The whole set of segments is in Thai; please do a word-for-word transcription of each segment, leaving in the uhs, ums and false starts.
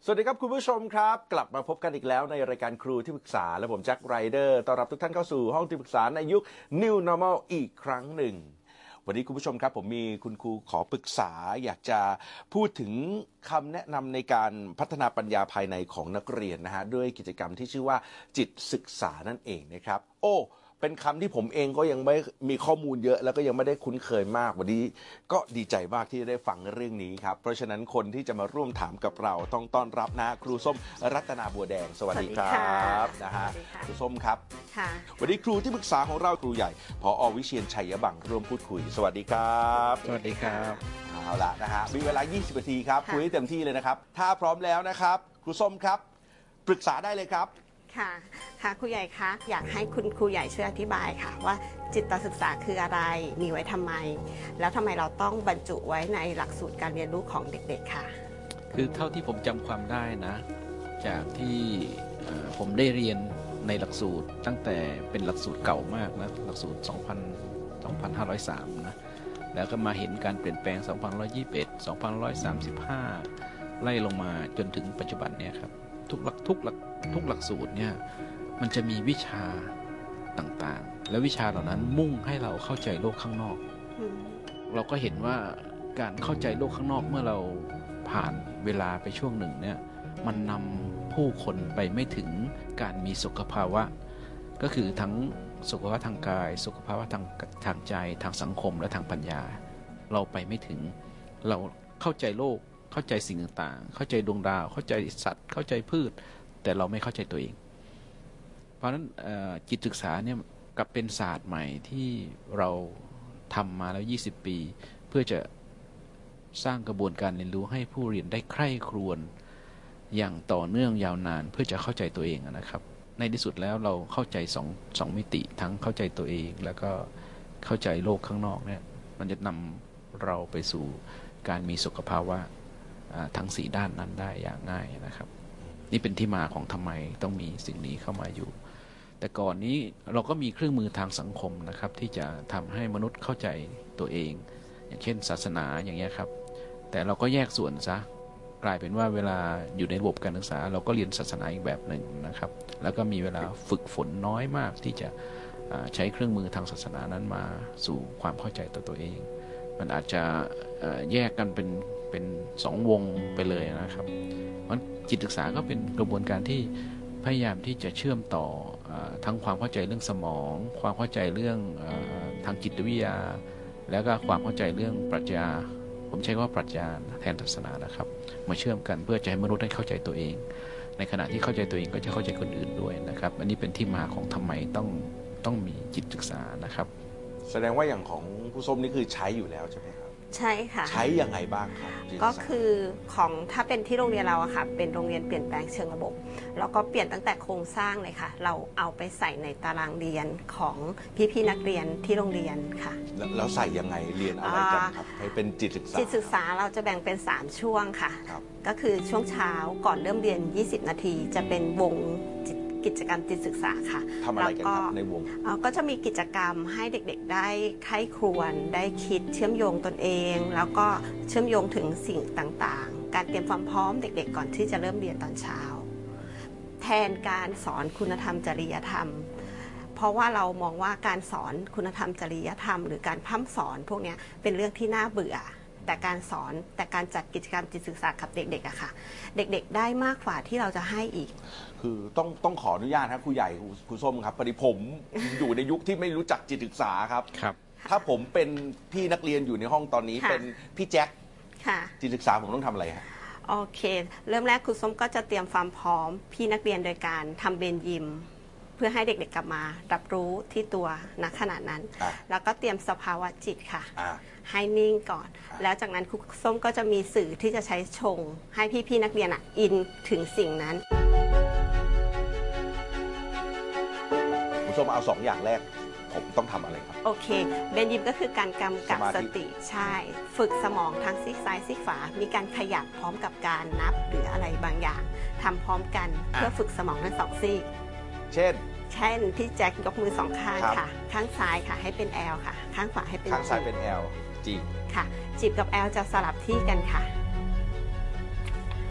สวัสดีครับคุณผู้ชมครับกลับมาพบกันอีกแล้วในรายการครูที่ปรึกษาและผมแจ็คไรเดอร์ต้อนรับทุกท่านเข้าสู่ห้องที่ปรึกษาในยุค New Normal อีกครั้งหนึ่งวันนี้คุณผู้ชมครับผมมีคุณครูขอปรึกษาอยากจะพูดถึงคำแนะนำในการพัฒนาปัญญาภายในของนักเรียนนะฮะด้วยกิจกรรมที่ชื่อว่าจิตศึกษานั่นเองนะครับโอ้เป็นคำที่ผมเองก็ยังไม่มีข้อมูลเยอะแล้วก็ยังไม่ได้คุ้นเคยมากวันนี้ก็ดีใจมากที่ได้ฟังเรื่องนี้ครับเพราะฉะนั้นคนที่จะมาร่วมถามกับเราต้องต้อนรับนะครูส้มรัตนาบัวแดงสวัสดีครับนะฮะครูส้มครับวันนี้ครูที่ปรึกษาของเราครูใหญ่ผอ.วิเชียรชัยบังร่วมพูดคุยสวัสดีครับสวัสดีครับเอาละนะฮะมีเวลายี่สิบนาทีครับคุยให้เต็มที่เลยนะครับถ้าพร้อมแล้วนะครับครูส้มครับปรึกษาได้เลยครับค่ะค่ะครูใหญ่คะอยากให้คุณครูใหญ่ช่วยอธิบายค่ะว่าจิตศึกษาคืออะไรมีไว้ทำไมแล้วทำไมเราต้องบรรจุไว้ในหลักสูตรการเรียนรู้ของเด็กๆค่ะคือเท่าที่ผมจำความได้นะจากที่ผมได้เรียนในหลักสูตรตั้งแต่เป็นหลักสูตรเก่ามากนะหลักสูตรสองพัน สองพันห้าร้อยสามนะแล้วก็มาเห็นการเปลี่ยนแปลงสองพันหนึ่งร้อยยี่สิบเอ็ด สองพันหนึ่งร้อยสามสิบห้าไล่ลงมาจนถึงปัจจุบันเนี่ยครับทุกหลักทุกหลักทุกหลักสูตรเนี่ยมันจะมีวิชาต่างๆและวิชาเหล่านั้นมุ่งให้เราเข้าใจโลกข้างนอกเราก็เห็นว่าการเข้าใจโลกข้างนอกเมื่อเราผ่านเวลาไปช่วงหนึ่งเนี่ยมันนำผู้คนไปไม่ถึงการมีสุขภาวะก็คือทั้งสุขภาวะทางกายสุขภาวะทางทางใจทางสังคมและทางปัญญาเราไปไม่ถึงเราเข้าใจโลกเข้าใจสิ่งต่างๆเข้าใจดวงดาวเข้าใจสัตว์เข้าใจพืชแต่เราไม่เข้าใจตัวเองเพราะฉะนั้นจิตศึกษาเนี่ยกลับเป็นศาสตร์ใหม่ที่เราทำมาแล้วยี่สิบปีเพื่อจะสร้างกระบวนการเรียนรู้ให้ผู้เรียนได้ใคร่ครวญอย่างต่อเนื่องยาวนานเพื่อจะเข้าใจตัวเองนะครับในที่สุดแล้วเราเข้าใจสองสองมิติทั้งเข้าใจตัวเองแล้วก็เข้าใจโลกข้างนอกเนี่ยมันจะนำเราไปสู่การมีสุขภาวะทั้งสี่ด้านนั้นได้อย่างง่ายนะครับนี่เป็นที่มาของทำไมต้องมีสิ่งนี้เข้ามาอยู่แต่ก่อนนี้เราก็มีเครื่องมือทางสังคมนะครับที่จะทำให้มนุษย์เข้าใจตัวเองอย่างเช่นศาสนาอย่างเงี้ยครับแต่เราก็แยกส่วนซะกลายเป็นว่าเวลาอยู่ในระบบการศึกษาเราก็เรียนศาสนาอีกแบบหนึ่งนะครับแล้วก็มีเวลาฝึกฝนน้อยมากที่จะใช้เครื่องมือทางศาสนานั้นมาสู่ความเข้าใจตัวตัวเองมันอาจจะแยกกันเป็นเป็นสองวงไปเลยนะครับมันจิตศึกษาก็เป็นกระบวนการที่พยายามที่จะเชื่อมต่อทั้งความเข้าใจเรื่องสมองความเข้าใจเรื่องทางจิตวิทยาแล้วก็ความเข้าใจเรื่องปรัชญาผมใช้คำว่าปรัชญาแทนศาสนานะครับมาเชื่อมกันเพื่อจะให้มนุษย์ได้เข้าใจตัวเองในขณะที่เข้าใจตัวเองก็จะเข้าใจคนอื่นด้วยนะครับอันนี้เป็นที่มาของทำไมต้องต้องมีจิตศึกษานะครับแสดงว่าอย่างของผู้ส้มนี่คือใช้อยู่แล้วใช่ไหมครับใช่ค่ะใช้ยังไงบ้างครับก็คือของถ้าเป็นที่โรงเรียนเราอะค่ะเป็นโรงเรียนเปลี่ยนแปลงเชิงระบบแล้วก็เปลี่ยนตั้งแต่โครงสร้างเลยค่ะเราเอาไปใส่ในตารางเรียนของพี่ๆนักเรียนที่โรงเรียนค่ะแล้วใส่ยังไงเรียนอะไรกันครับให้เป็นจิตศึกษาจิตศึกษาเราจะแบ่งเป็นสามช่วงค่ะก็คือช่วงเช้าก่อนเริ่มเรียนยี่สิบนาทีจะเป็นวงกิจกรรมจิตศึกษาค่ะทำอะไรกันครับในวงก็จะมีกิจกรรมให้เด็กๆได้ไข้ครวญได้คิดเชื่อมโยงตนเองแล้วก็เชื่อมโยงถึงสิ่งต่างๆการเตรียมความพร้อมเด็กๆก่อนที่จะเริ่มเรียนตอนเช้าแทนการสอนคุณธรรมจริยธรรมเพราะว่าเรามองว่าการสอนคุณธรรมจริยธรรมหรือการพร่ำสอนพวกนี้เป็นเรื่องที่น่าเบื่อแต่การสอนแต่การจัดกิจกรรมจิตศึกษากับเด็กๆอะค่ะเด็กๆได้มากกว่าที่เราจะให้อีกคือต้องต้องขออนุญาตครับครูใหญ่ครูส้มครับพอดีผมอยู่ในยุคที่ไม่รู้จักจิตศึกษาครับครับถ้าผมเป็นพี่นักเรียนอยู่ในห้องตอนนี้เป็นพี่แจ็คจิตศึกษาผมต้องทำอะไรฮะโอเคเริ่มแรกครูส้มก็จะเตรียมความพร้อมพี่นักเรียนโดยการทำเบญยิมเพื่อให้เด็กๆกลับมารับรู้ที่ตัวณขณะนั้นแล้วก็เตรียมสภาวะจิตค่ะให้นิ่งก่อนแล้วจากนั้นครูส้มก็จะมีสื่อที่จะใช้ชงให้พี่ๆนักเรียนอ่ะอินถึงสิ่งนั้นครูส้มเอาสองอย่างแรกผมต้องทำอะไรครับโอเคเบญยิมก็คือการกำกับสติใช่ฝึกสมองทั้งซีกซ้ายซีกขวามีการขยับพร้อมกับการนับหรืออะไรบางอย่างทำพร้อมกันเพื่อฝึกสมองทั้งสองซีกเช่นเช่นพี่แจ็คยกมือสองข้างค่ะข้างซ้ายค่ะให้เป็น L ค่ะข้างขวาให้เป็นข้างซ้ายเป็น L จีบค่ะจีบกับ L จะสลับที่กันค่ะ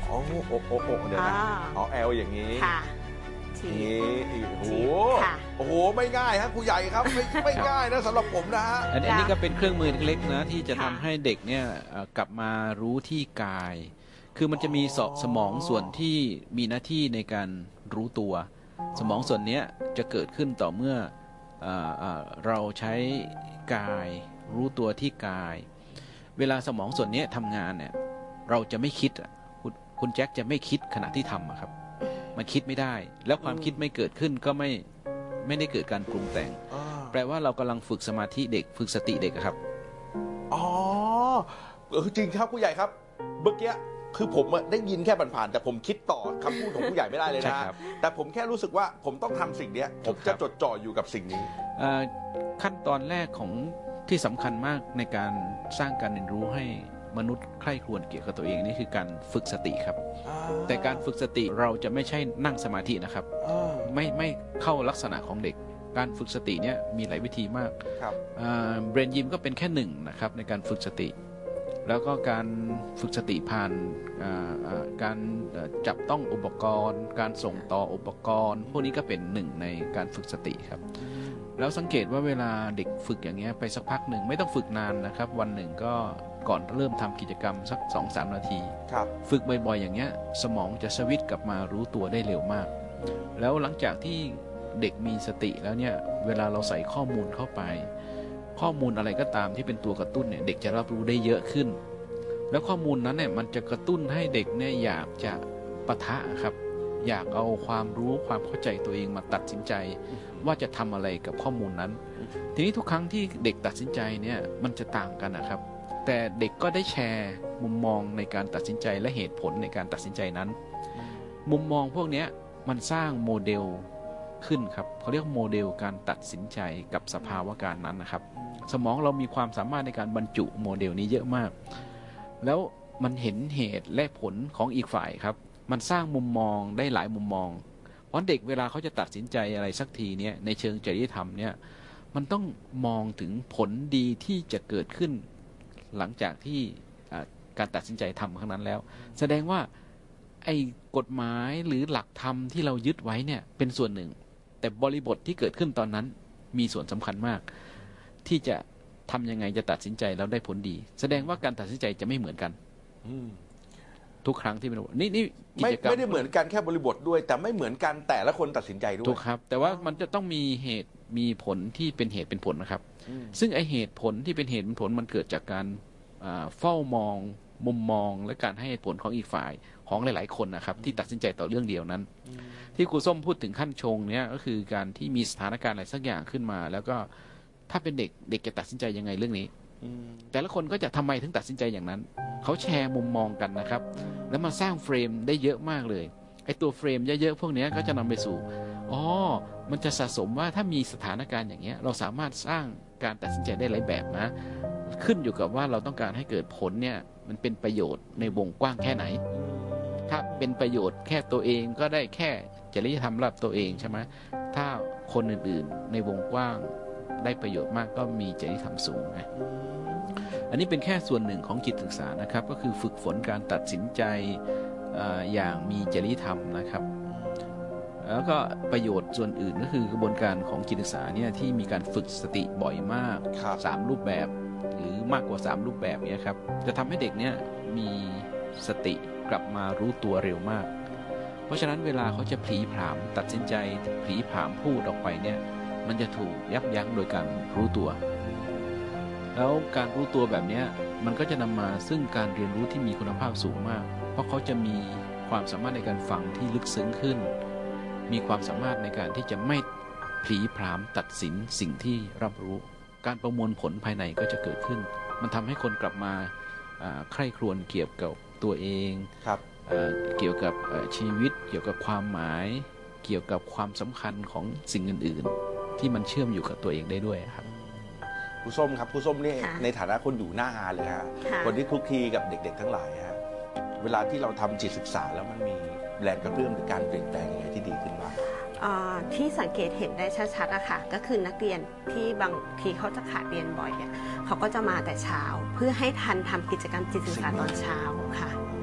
โอ้โอ้โอ้โอ้เดี๋ยวนะอ๋อแอลอย่างนี้ค่ะนี่โอ้โหโอ้โหไม่ง่ายฮะครูใหญ่ครับไม่ไม่ง่ายนะสำหรับผมนะฮะอันนี้ก็เป็นเครื่องมือเล็กๆนะที่จะทำให้เด็กเนี่ยกลับมารู้ที่กาย คือมันจะมีสมองส่วนที่มีหน้าที่ในการรู้ตัวสมองส่วนนี้จะเกิดขึ้นต่อเมื่อเราใช้กายรู้ตัวที่กายเวลาสมองส่วนนี้ทำงานเนี่ยเราจะไม่คิดคุณแจ็คจะไม่คิดขณะที่ทำครับมันคิดไม่ได้แล้วความคิดไม่เกิดขึ้นก็ไม่ไม่ได้เกิดการปรุงแต่งแปลว่าเรากำลังฝึกสมาธิเด็กฝึกสติเด็กครับอ๋อจริงครับผู้ใหญ่ครับเมื่อกี้คือผมได้ยินแค่ผ่านๆแต่ผมคิดต่อคำพูดของผู้ใหญ่ไม่ได้เลยนะแต่ผมแค่รู้สึกว่าผมต้องทำสิ่งนี้ผมจะจดจ่ออยู่กับสิ่งนี้ขั้นตอนแรกของที่สำคัญมากในการสร้างการเรียนรู้ให้มนุษย์ใคร่ครวญเกี่ยวกับตัวเองนี่คือการฝึกสติครับแต่การฝึกสติเราจะไม่ใช่นั่งสมาธินะครับไม่ไม่เข้าลักษณะของเด็กการฝึกสติเนี่ยมีหลายวิธีมากเบรนยิมก็เป็นแค่หนึ่งนะครับในการฝึกสติแล้วก็การฝึกสติผ่านการจับต้องอุปกรณ์การส่งต่ออุปกรณ์พวกนี้ก็เป็นหนึ่งในการฝึกสติครับแล้วสังเกตว่าเวลาเด็กฝึกอย่างเงี้ยไปสักพักหนึ่งไม่ต้องฝึกนานนะครับวันหนึ่งก็ก่อนเริ่มทำกิจกรรมสัก สองถึงสาม นาทีฝึกบ่อยๆอย่างเงี้ยสมองจะสวิตช์กลับมารู้ตัวได้เร็วมากแล้วหลังจากที่เด็กมีสติแล้วเนี่ยเวลาเราใส่ข้อมูลเข้าไปข้อมูลอะไรก็ตามที่เป็นตัวกระตุ้นเนี่ยเด็กจะรับรู้ได้เยอะขึ้นแล้วข้อมูลนั้นเนี่ยมันจะกระตุ้นให้เด็กเนี่ยอยากจะปะทะครับอยากเอาความรู้ความเข้าใจตัวเองมาตัดสินใจว่าจะทำอะไรกับข้อมูลนั้นทีนี้ทุกครั้งที่เด็กตัดสินใจเนี่ยมันจะต่างกันนะครับแต่เด็กก็ได้แชร์มุมมองในการตัดสินใจและเหตุผลในการตัดสินใจนั้นมุมมองพวกนี้มันสร้างโมเดลขึ้นครับเขาเรียกโมเดลการตัดสินใจกับสภาวะการนั้นนะครับสมองเรามีความสามารถในการบรรจุโมเดลนี้เยอะมากแล้วมันเห็นเหตุและผลของอีกฝ่ายครับมันสร้างมุมมองได้หลายมุมมองเพราะเด็กเวลาเขาจะตัดสินใจอะไรสักทีเนี่ยในเชิงจริยธรรมเนี่ยมันต้องมองถึงผลดีที่จะเกิดขึ้นหลังจากที่การตัดสินใจทำครั้งนั้นแล้วแสดงว่าไอ้กฎหมายหรือหลักธรรมที่เรายึดไว้เนี่ยเป็นส่วนหนึ่งแต่บริบทที่เกิดขึ้นตอนนั้นมีส่วนสำคัญมากที่จะทำยังไงจะตัดสินใจแล้วได้ผลดีแสดงว่าการตัดสินใจจะไม่เหมือนกันทุกครั้งที่เป็นนี่นี่ไม่ไม่ได้เหมือนกันแค่บริบทด้วยแต่ไม่เหมือนกันแต่ละคนตัดสินใจด้วยถูกครับแต่ว่ามันจะต้องมีเหตุมีผลที่เป็นเหตุเป็นผลนะครับซึ่งไอเหตุผลที่เป็นเหตุเป็นผลมันเกิดจากการเฝ้ามองมุมมองและการให้เหตุผลของอีกฝ่ายของหลายๆคนนะครับที่ตัดสินใจต่อเรื่องเดียวนั้นที่ครูส้มพูดถึงขั้นชงเนี่ยก็คือการที่มีสถานการณ์อะไรสักอย่างขึ้นมาแล้วก็ถ้าเป็นเด็กเด็กจะตัดสินใจยังไงเรื่องนี้แต่ละคนก็จะทำไมถึงตัดสินใจอย่างนั้นเขาแชร์มุมมองกันนะครับแล้วมาสร้างเฟรมได้เยอะมากเลยไอ้ตัวเฟรมเยอะๆพวกนี้ก็จะนำไปสู่อ๋อมันจะสะสมว่าถ้ามีสถานการณ์อย่างเงี้ยเราสามารถสร้างการตัดสินใจได้หลายแบบนะขึ้นอยู่กับว่าเราต้องการให้เกิดผลเนี่ยมันเป็นประโยชน์ในวงกว้างแค่ไหนถ้าเป็นประโยชน์แค่ตัวเองก็ได้แค่จริยธรรมรับตัวเองใช่ไหมถ้าคนอื่นๆในวงกว้างได้ประโยชน์มากก็มีจริยธรรมสูงนะอันนี้เป็นแค่ส่วนหนึ่งของจิตศึกษานะครับก็คือฝึกฝนการตัดสินใจอย่างมีจริยธรรมนะครับแล้วก็ประโยชน์ส่วนอื่นก็คือกระบวนการของจิตศึกษาเนี่ยที่มีการฝึกสติบ่อยมากสามรูปแบบหรือมากกว่าสามรูปแบบนี้ครับจะทำให้เด็กเนี่ยมีสติกลับมารู้ตัวเร็วมากเพราะฉะนั้นเวลาเขาจะผลีผลามตัดสินใจผลีผลามพูดออกไปเนี่ยมันจะถูกยับยั้งโดยการรู้ตัวแล้วการรู้ตัวแบบนี้มันก็จะนำมาซึ่งการเรียนรู้ที่มีคุณภาพสูงมากเพราะเขาจะมีความสามารถในการฟังที่ลึกซึ้งขึ้นมีความสามารถในการที่จะไม่ผลีผลามตัดสินสิ่งที่รับรู้การประมวลผลภายในก็จะเกิดขึ้นมันทำให้คนกลับมาใคร่ครวญเกี่ยวกับตัวเองเกี่ยวกับชีวิตเกี่ยวกับความหมายเกี่ยวกับความสำคัญของสิ่งอื่นๆที่มันเชื่อมอยู่กับตัวเองได้ด้วยครับครูส้มครับครูส้มนี่ในฐานะคนอยู่หน้างานเลยฮะคนที่คลุกคลีกับเด็กๆทั้งหลายฮะเวลาที่เราทำจิตศึกษาแล้วมันมีแรงกระเพื่อมหรือการเปลี่ยนแปลงยังไงที่ดีขึ้นบ้างที่สังเกตเห็นได้ชัดๆอะค่ะก็คือนักเรียนที่บางทีเขาจะขาดเรียนบ่อยเนี่ยเขาก็จะมาแต่เช้าเพื่อให้ทันทำกิจกรรมจิตศึกษาตอนเช้าค่ะ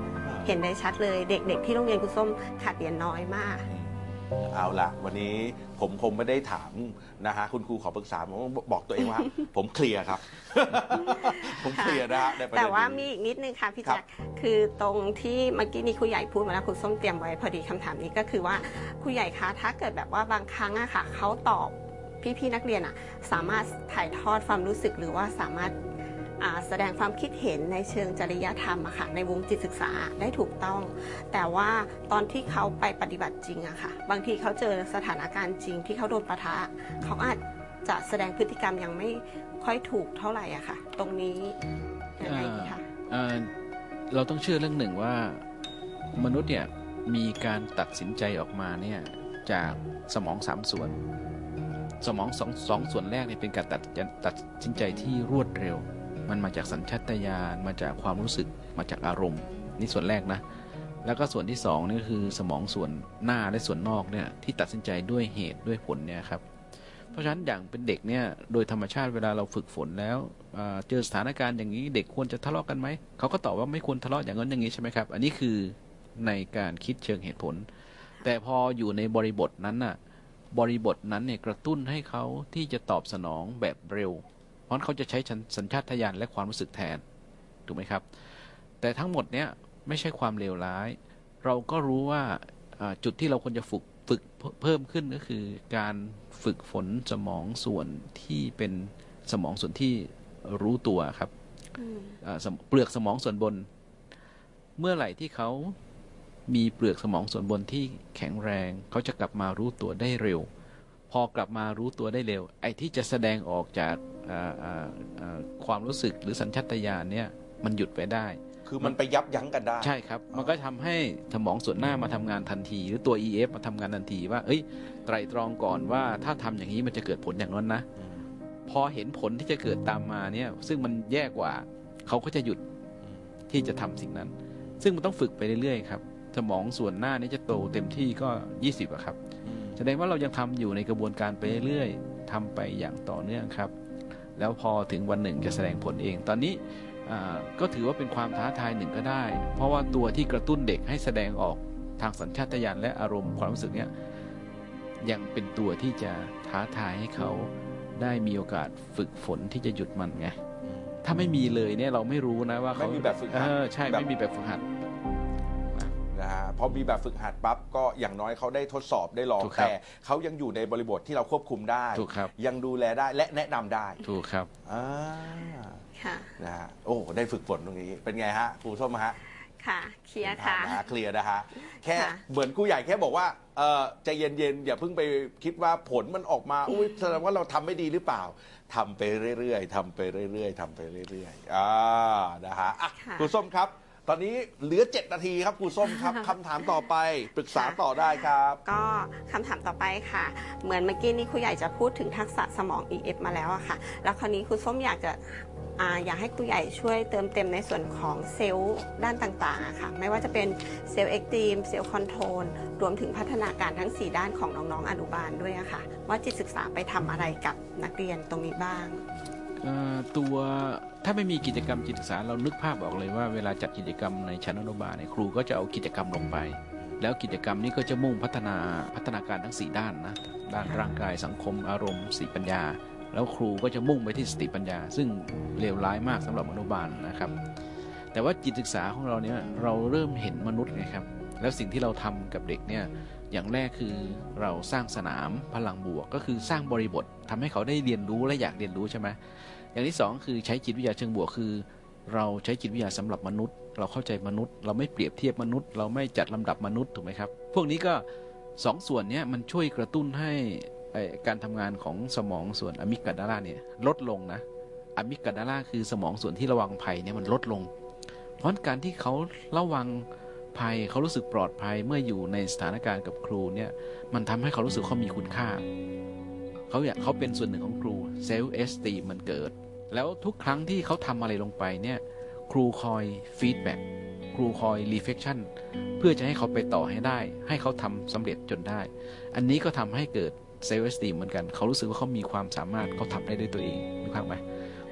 เห็นได้ชัดเลยเด็กๆที่โรงเรียนครูส้มขาดเรียนน้อยมากเอาล่ะวันนี้ผมคงไม่ได้ถามนะฮะคุณครูขอปรึกษาผมบอกตัวเองว่า ผมเคลียร์ครับ ผมเคลียร์นะฮะในประเด็นนี้แต่ว่ามีอีกนิดนึงค่ะพี่แจ็คคือตรงที่เมื่อกี้นี้ครูใหญ่พูดมาแล้วครูส้มเตรียมไว้พอดีคำถามนี้ก็คือว่าครูใหญ่คะถ้าเกิดแบบว่าบางครั้งอะค่ะเขาตอบพี่ๆนักเรียนอะสามารถถ่ายทอดความรู้สึกหรือว่าสามารถแสดงความคิดเห็นในเชิงจริยธรรมอะค่ะในวงจิตศึกษาได้ถูกต้องแต่ว่าตอนที่เขาไปปฏิบัติจริงอะค่ะบางทีเขาเจอสถานการณ์จริงที่เขาโดนปะทะเขาอาจจะแสดงพฤติกรรมยังไม่ค่อยถูกเท่าไหร่อะค่ะตรงนี้ยังไงดีคะเราต้องเชื่อเรื่องหนึ่งว่ามนุษย์เนี่ยมีการตัดสินใจออกมาเนี่ยจากสมองสามส่วนสมองสองสองส่วนแรกเนี่ยเป็นการตัดตัดสินใจที่รวดเร็วมันมาจากสัญชาตญาณมาจากความรู้สึกมาจากอารมณ์นี่ส่วนแรกนะแล้วก็ส่วนที่สองนี่คือสมองส่วนหน้าและส่วนนอกเนี่ยที่ตัดสินใจด้วยเหตุด้วยผลเนี่ยครับเพราะฉะนั้นอย่างเป็นเด็กเนี่ยโดยธรรมชาติเวลาเราฝึกฝนแล้วเจอสถานการณ์อย่างนี้เด็กควรจะทะเลาะกันไหมเขาก็ตอบว่าไม่ควรทะเลาะอย่างนั้นอย่างนี้ใช่ไหมครับอันนี้คือในการคิดเชิงเหตุผลแต่พออยู่ในบริบทนั้นน่ะบริบทนั้นเนี่ยกระตุ้นให้เขาที่จะตอบสนองแบบเร็วเพราะเขาจะใช้สัญชาตญาณและความรู้สึกแทนถูกไหมครับแต่ทั้งหมดเนี้ยไม่ใช่ความเลวร้ายเราก็รู้ว่าจุดที่เราควรจะฝึกฝึกเพิ่มขึ้นก็คือการฝึกฝนสมองส่วนที่เป็นสมองส่วนที่รู้ตัวครับเปลือกสมองส่วนบนเมื่อไหร่ที่เขามีเปลือกสมองส่วนบนที่แข็งแรงเขาจะกลับมารู้ตัวได้เร็วพอกลับมารู้ตัวได้เร็วไอ้ที่จะแสดงออกจากความรู้สึกหรือสัญชาตญาณเนี่ยมันหยุดไปได้คือมันไปยับยั้งกันได้ใช่ครับมันก็ทำให้สมองส่วนหน้ามาทำงานทันทีหรือตัว อี เอฟ มาทำงานทันทีว่าเอ้ยไตร่ตรองก่อนว่าถ้าทำอย่างนี้มันจะเกิดผลอย่างนั้นนะพอเห็นผลที่จะเกิดตามมาเนี่ยซึ่งมันแย่กว่าเขาก็จะหยุดที่จะทำสิ่งนั้นซึ่งมันต้องฝึกไปเรื่อยๆครับสมองส่วนหน้านี้จะโตเต็มที่ก็ยี่สิบอะครับแสดงว่าเรายังทำอยู่ในกระบวนการไปเรื่อยๆทำไปอย่างต่อเนื่องครับแล้วพอถึงวันหนึ่งจะแสดงผลเองตอนนี้ก็ถือว่าเป็นความท้าทายหนึ่งก็ได้เพราะว่าตัวที่กระตุ้นเด็กให้แสดงออกทางสัญชาตญาณและอารมณ์ความรู้สึกเนี้ยยังเป็นตัวที่จะท้าทายให้เขาได้มีโอกาสฝึกฝนที่จะหยุดมันไงถ้าไม่มีเลยเนี่ยเราไม่รู้นะว่าเขาไม่มีแบบฝึกหัดใช่ไม่มีแบบฝึกหัดนะฮะพอมีแบบฝึกหัดปั๊บก็อย่างน้อยเขาได้ทดสอบได้ลองแต่เขายังอยู่ในบริบทที่เราควบคุมได้ยังดูแลได้และแนะนำได้ถูกครับอ่านะฮะโอ้ได้ฝึกฝนตรงนี้เป็นไงฮะครูส้มฮะค่ะเคลียร์ค่ะนะเคลียร์นะฮะแค่เหมือนครูใหญ่แค่บอกว่าเออใจเย็นๆอย่าเพิ่งไปคิดว่าผลมันออกมาอุ้ยแสดงว่าเราทำไม่ดีหรือเปล่าทำไปเรื่อยๆทำไปเรื่อยๆทำไปเรื่อยๆอ่านะฮะครูส้มครับตอนนี้เหลือเจ็ดนาทีครับครูส้มครับคำถามต่อไปปรึกษาต่อได้ครับก็คำถามต่อไปค่ะเหมือนเมื่อกี้นี้ครูใหญ่จะพูดถึงทักษะสมอง อี เอฟ มาแล้วอะค่ะแล้วคราวนี้ครูส้มอยากจะอ่าอยากให้ครูใหญ่ช่วยเติมเต็มในส่วนของเซลล์ด้านต่างๆค่ะไม่ว่าจะเป็นเซลล์เอ็กตีมเซลล์คอนโทรลรวมถึงพัฒนาการทั้งสี่ด้านของน้องๆอนุบาลด้วยอะค่ะว่าจิตศึกษาไปทำอะไรกับนักเรียนตรงนี้บ้างตัวถ้าไม่มีกิจกรรมจิตศึกษาเรานึกภาพออกเลยว่าเวลาจัดกิจกรรมในชั้นอนุบาลเนี่ยครูก็จะเอากิจกรรมลงไปแล้วกิจกรรมนี้ก็จะมุ่งพัฒนาพัฒนาการทั้งสี่ด้านนะด้านร่างกายสังคมอารมณ์สติปัญญาแล้วครูก็จะมุ่งไปที่สติปัญญาซึ่งเลวร้ายมากสำหรับอนุบาลนะครับแต่ว่าจิตศึกษาของเราเนี่ยเราเริ่มเห็นมนุษย์ไงครับแล้วสิ่งที่เราทำกับเด็กเนี่ยอย่างแรกคือเราสร้างสนามพลังบวกก็คือสร้างบริบททำให้เขาได้เรียนรู้และอยากเรียนรู้ใช่ไหมอย่างที่สองคือใช้จิตวิทยาเชิงบวกคือเราใช้จิตวิทยาสำหรับมนุษย์เราเข้าใจมนุษย์เราไม่เปรียบเทียบมนุษย์เราไม่จัดลำดับมนุษย์ถูกไหมครับพวกนี้ก็สองส่วนนี้มันช่วยกระตุ้นให้การทำงานของสมองส่วนอะมิกดาลาเนี่ยลดลงนะอะมิกดาลาคือสมองส่วนที่ระวังภัยเนี่ยมันลดลงเพราะการที่เขาระวังภัยเขารู้สึกปลอดภัยเมื่ออยู่ในสถานการณ์กับครูเนี่ยมันทำให้เขารู้สึกเขามีคุณค่าเขาอยากเขาเป็นส่วนหนึ่งของครูเซลฟ์เอสตีมมันเกิดแล้วทุกครั้งที่เขาทำอะไรลงไปเนี่ยครูคอยฟีดแบ็กครูคอยรีเฟคชั่นเพื่อจะให้เขาไปต่อให้ได้ให้เขาทำสำเร็จจนได้อันนี้ก็ทำให้เกิดเซลฟ์เอสตีมเหมือนกันเขารู้สึกว่าเขามีความสามารถเขาทำได้ด้วยตัวเองรู้ไหมพ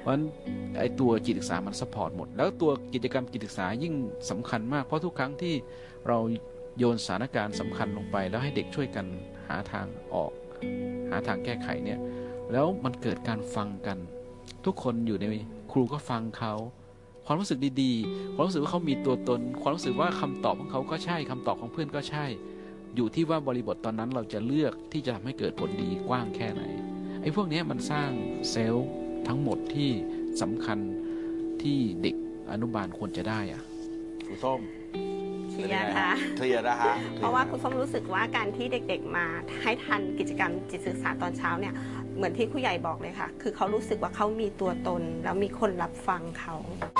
เพราะฉะนั้นไอ้ตัวจิตศึกษามันซัพพอร์ตหมดแล้วตัวกิจกรรมจิตศึกษายิ่งสำคัญมากเพราะทุกครั้งที่เราโยนสถานการณ์สำคัญลงไปแล้วให้เด็กช่วยกันหาทางออกหาทางแก้ไขเนี่ยแล้วมันเกิดการฟังกันทุกคนอยู่ในครูก็ฟังเขาความรู้สึกดีๆความรู้สึกว่าเขามีตัวตนความรู้สึกว่าคำตอบของเขาก็ใช่คำตอบของเพื่อนก็ใช่อยู่ที่ว่าบริบทตอนนั้นเราจะเลือกที่จะทำให้เกิดผลดีกว้างแค่ไหนไอ้พวกนี้มันสร้างเซลล์ทั้งหมดที่สำคัญที่เด็กอนุบาลควรจะได้อะครูส้มเคลียร์ค่ะเคลียร์นะฮะเพราะว่าครูส้มรู้สึกว่าการที่เด็กๆมาให้ทันกิจกรรมจิตศึกษาตอนเช้าเนี่ยเหมือนที่ครูใหญ่บอกเลยค่ะคือเขารู้สึกว่าเขามีตัวตนแล้วมีคนรับฟังเขา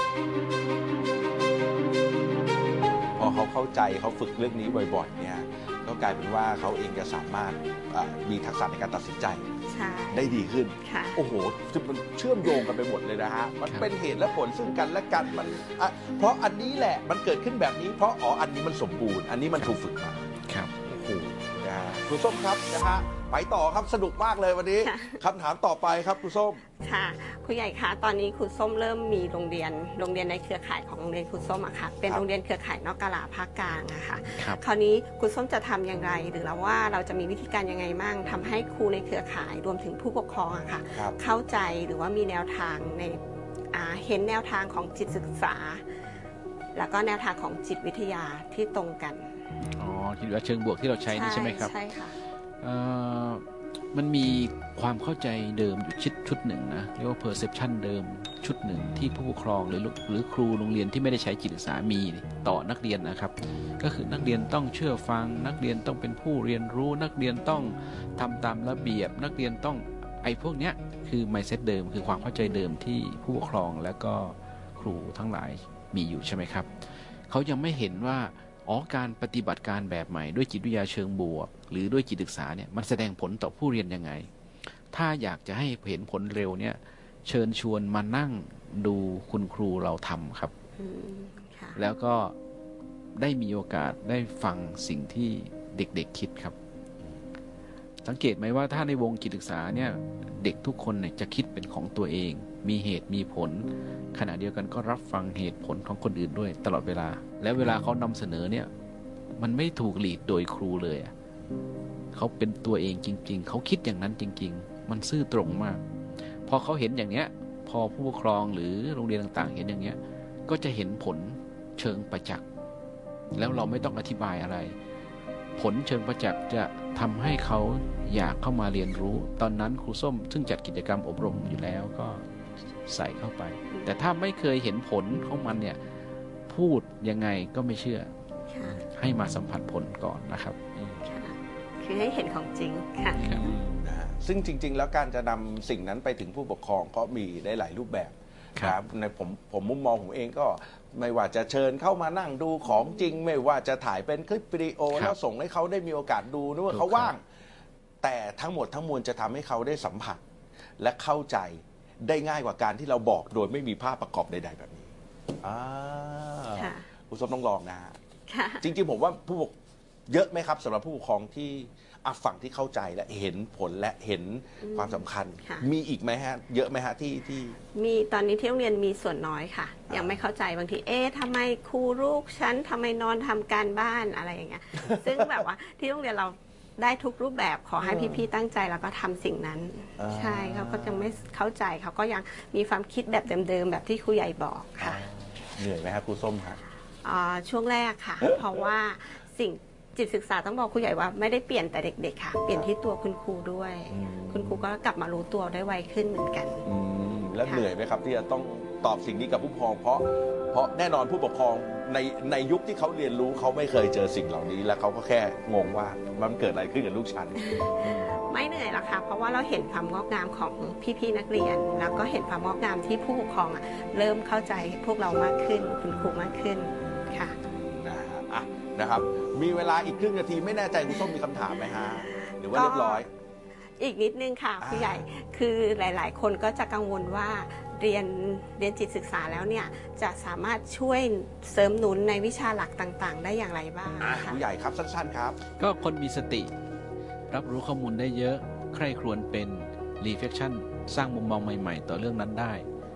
พอเขาเข้าใจเขาฝึกเรื่องนี้บ่อยๆเนี่ยก็กลายเป็นว่าเขาเองจะสามารถมีทักษะในการตัดสินใจได้ดีขึ้นโอ้โหมันเชื่อมโยงกันไปหมดเลยนะฮะมันเป็นเหตุและผลซึ่งกันและกันมันเพราะอันนี้แหละมันเกิดขึ้นแบบนี้เพราะอ๋ออันนี้มันสมบูรณ์อันนี้มันถูกฝึกมาครับโอ้โหนะฮะครูส้มครับนะฮะไปต่อครับสนุกมากเลยวันนี้คำถามต่อไปครับครูส้มค่ะครูใหญ่คะตอนนี้ครูส้มเริ่มมีโรงเรียนโรงเรียนในเครือข่ายของโรงเรียนครูส้มอะค่ะเป็นโรงเรียนเครือข่ายนอกกาลาภาคกลางอะค่ะคราวนี้ครูส้มจะทำอย่างไรหรือเราว่าเราจะมีวิธีการยังไงมั่งทำให้ครูในเครือข่ายรวมถึงผู้ปกครองอะค่ะเข้าใจหรือว่ามีแนวทางในเห็นแนวทางของจิตศึกษาแล้วก็แนวทางของจิตวิทยาที่ตรงกันอ๋อคิดว่าเชิงบวกที่เราใช้นี่ใช่ไหมครับใช่ค่ะมันมีความเข้าใจเดิมอยู่ชุดชุดหนึ่งนะเรียกว่า perception เดิมชุดหนึ่งที่ผู้ปกครองหรือหรือครูโรงเรียนที่ไม่ได้ใช้จิตศึกษามีต่อนักเรียนนะครับก็คือนักเรียนต้องเชื่อฟังนักเรียนต้องเป็นผู้เรียนรู้นักเรียนต้องทำตามระเบียบนักเรียนต้องไอ้พวกเนี้ยคือ mindset เดิมคือความเข้าใจเดิมที่ผู้ปกครองและก็ครูทั้งหลายมีอยู่ใช่ไหมครับเขายังไม่เห็นว่าอ๋อการปฏิบัติการแบบใหม่ด้วยจิตวิทยาเชิงบวกหรือด้วยจิตศึกษาเนี่ยมันแสดงผลต่อผู้เรียนยังไงถ้าอยากจะให้เห็นผลเร็วเนี่ยเชิญชวนมานั่งดูคุณครูเราทำครับแล้วก็ได้มีโอกาสได้ฟังสิ่งที่เด็กๆคิดครับสังเกตไหมว่าถ้าในวงจิตศึกษาเนี่ยเด็กทุกคนเนี่ยจะคิดเป็นของตัวเองมีเหตุมีผลขณะเดียวกันก็รับฟังเหตุผลของคนอื่นด้วยตลอดเวลาและเวลาเขานำเสนอเนี่ยมันไม่ถูกลีดโดยครูเลยเขาเป็นตัวเองจริงๆเขาคิดอย่างนั้นจริงๆมันซื่อตรงมากพอเขาเห็นอย่างเนี้ยพอผู้ปกครองหรือโรงเรียนต่างๆเห็นอย่างเนี้ยก็จะเห็นผลเชิงประจักษ์แล้วเราไม่ต้องอธิบายอะไรผลเชิงประจักษ์จะทำให้เขาอยากเข้ามาเรียนรู้ตอนนั้นครูส้มซึ่งจัดกิจกรรมอบรมอยู่แล้วก็ใส่เข้าไปแต่ถ้าไม่เคยเห็นผลของมันเนี่ยพูดยังไงก็ไม่เชื่อให้มาสัมผัสผลก่อนนะครับคือให้เห็นของจริงค่ะซึ่งจริงๆแล้วการจะนำสิ่งนั้นไปถึงผู้ปกครองก็มีได้หลายรูปแบบครับในผมผมมุมมองผมเองก็ไม่ว่าจะเชิญเข้ามานั่งดูของจริงไม่ว่าจะถ่ายเป็นคลิปวิดีโอแล้วส่งให้เขาได้มีโอกาสดูนึกว่าเขาว่างแต่ทั้งหมดทั้งมวลจะทำให้เขาได้สัมผัสและเข้าใจได้ง่ายกว่าการที่เราบอกโดยไม่มีภาพประกอบใดๆแบบนี้อ่าผู้ชมต้องลองนะฮะจริงๆผมว่าผู้ปกเยอะไหมครับสำหรับผู้ปกครองที่ฝั่งที่เข้าใจและเห็นผลและเห็นความสำคัญมีอีกไหมฮะเยอะไหมฮะที่ที่มีตอนนี้ที่โรงเรียนมีส่วนน้อยค่ะยังไม่เข้าใจบางทีเอ๊ะทำไมครูลูกฉันทำไมนอนทำการบ้านอะไรอย่างเงี้ยซึ่งแบบว่าที่โรงเรียนเราได้ทุกรูปแบบขอให้พี่ๆตั้งใจแล้วก็ทำสิ่งนั้นใช่เขาก็ยังไม่เข้าใจเขาก็ยังมีความคิดแบบเดิมๆแบบที่ครูใหญ่บอกค่ะเหนื่อยไหมครับครูส้มคะช่วงแรกค่ะเพราะว่าสิ่งจิตศึกษาต้องบอกครูใหญ่ว่าไม่ได้เปลี่ยนแต่เด็กๆค่ะเปลี่ยนที่ตัวคุณครูด้วยคุณครูก็กลับมารู้ตัวได้ไวขึ้นเหมือนกันแล้วเหนื่อยไหมครับที่จะต้องตอบสิ่งนี้กับผู้ปกครองเพราะเพราะแน่นอนผู้ปกครองในในยุคที่เขาเรียนรู้เขาไม่เคยเจอสิ่งเหล่านี้แล้วเขาก็แค่งงว่ามันเกิดอะไรขึ้นกับลูกฉันไม่เหนื่อยหรอกค่ะเพราะว่าเราเห็นความงอกงามของพี่ๆนักเรียนแล้วก็เห็นความงอกงามที่ผู้ปกครองเริ่มเข้าใจพวกเรามากขึ้นคุณครูมากขึ้นค่ะนะนะครับมีเวลาอีกครึ่งนาทีไม่แน่ใจคุณส้มมีคำถามไหมฮะหรือว่าเรียบร้อยอีกนิดนึงค่ะผู้ใหญ่คือหลายๆคนก็จะกังวลว่าเรียนเรียนจิตศึกษาแล้วเนี่ยจะสามารถช่วยเสริมหนุนในวิชาหลักต่างๆได้อย่างไรบ้างผู้ใหญ่ครับสั้นๆครับก็คนมีสติรับรู้ข้อมูลได้เยอะใคร่ครวญเป็น reflection สร้างมุมมองใหม่ๆต่อเรื่องนั้นได้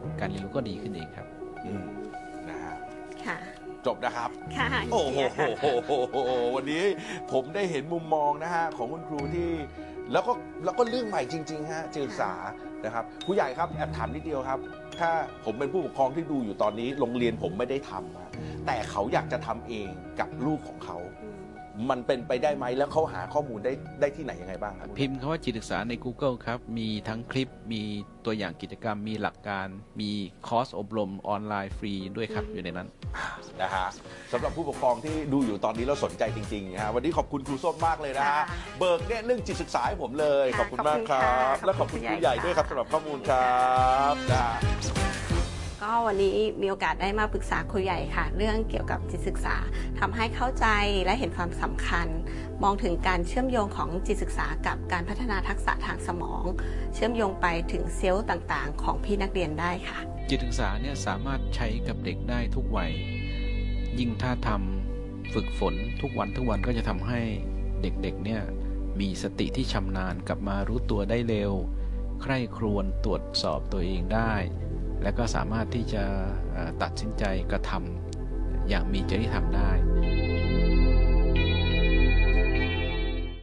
การเรียนรู้ก็ดีขึ้นเองครับอืมนะฮะค่ะจบนะครับค่ะโอ้โหเคลียร์ค่ะวันนี้ผมได้เห็นมุมมองนะฮะของคุณครูที่แล้วก็แล้วก็เรื่องใหม่จริงๆฮะจิตศึกษานะครับผู้ใหญ่ครับแอบถามนิดเดียวครับ ถ้าผมเป็นผู้ปกครองที่ดูอยู่ตอนนี้โรงเรียนผมไม่ได้ทำอะแต่เขาอยากจะทำเองกับลูกของเขา มันเป็นไปได้ไหมแล้วเขาหาข้อมูลได้ได้ที่ไหนยังไงบ้างครับพิมพ์คำว่าจิตศึกษาใน Google ครับมีทั้งคลิปมีตัวอย่างกิจกรรมมีหลักการมีคอร์สอบรมออนไลน์ฟรีด้วยครับอยู่ในนั้นนะฮะสำหรับผู้ปกครองที่ดูอยู่ตอนนี้แล้วสนใจจริงๆนะฮะวันนี้ขอบคุณครูส้มมากเลยนะฮะค่ะเบิกเนี่ยเรื่องจิตศึกษาให้ผมเลยค่ะขอบคุณมากครัขอบบคุณค่ะและขอบคุณขคอบคุณรูใหญ่ค่ะด้วยครับสำหรับข้อมูลครับนะก็วันนี้มีโอกาสได้มาปรึกษาครูใหญ่ค่ะ เรื่องเกี่ยวกับจิตศึกษาทำให้เข้าใจและเห็นความสำคัญ มองถึงการเชื่อมโยงของจิตศึกษากับการพัฒนาทักษะทางสมอง เชื่อมโยงไปถึงเซลล์ต่างๆ ของพี่นักเรียนได้ค่ะจิตศึกษาเนี่ยสามารถใช้กับเด็กได้ทุกวัยยิ่งถ้าทำฝึกฝนทุกวันทุกวันก็จะทำให้เด็กๆเนี่ยมีสติที่ชำนาญกลับมารู้ตัวได้เร็ว ใคร่ครวญตรวจสอบตัวเองได้ และก็สามารถที่จะเอ่อตัดสินใจกระทำอย่างมีจริยธรรมได้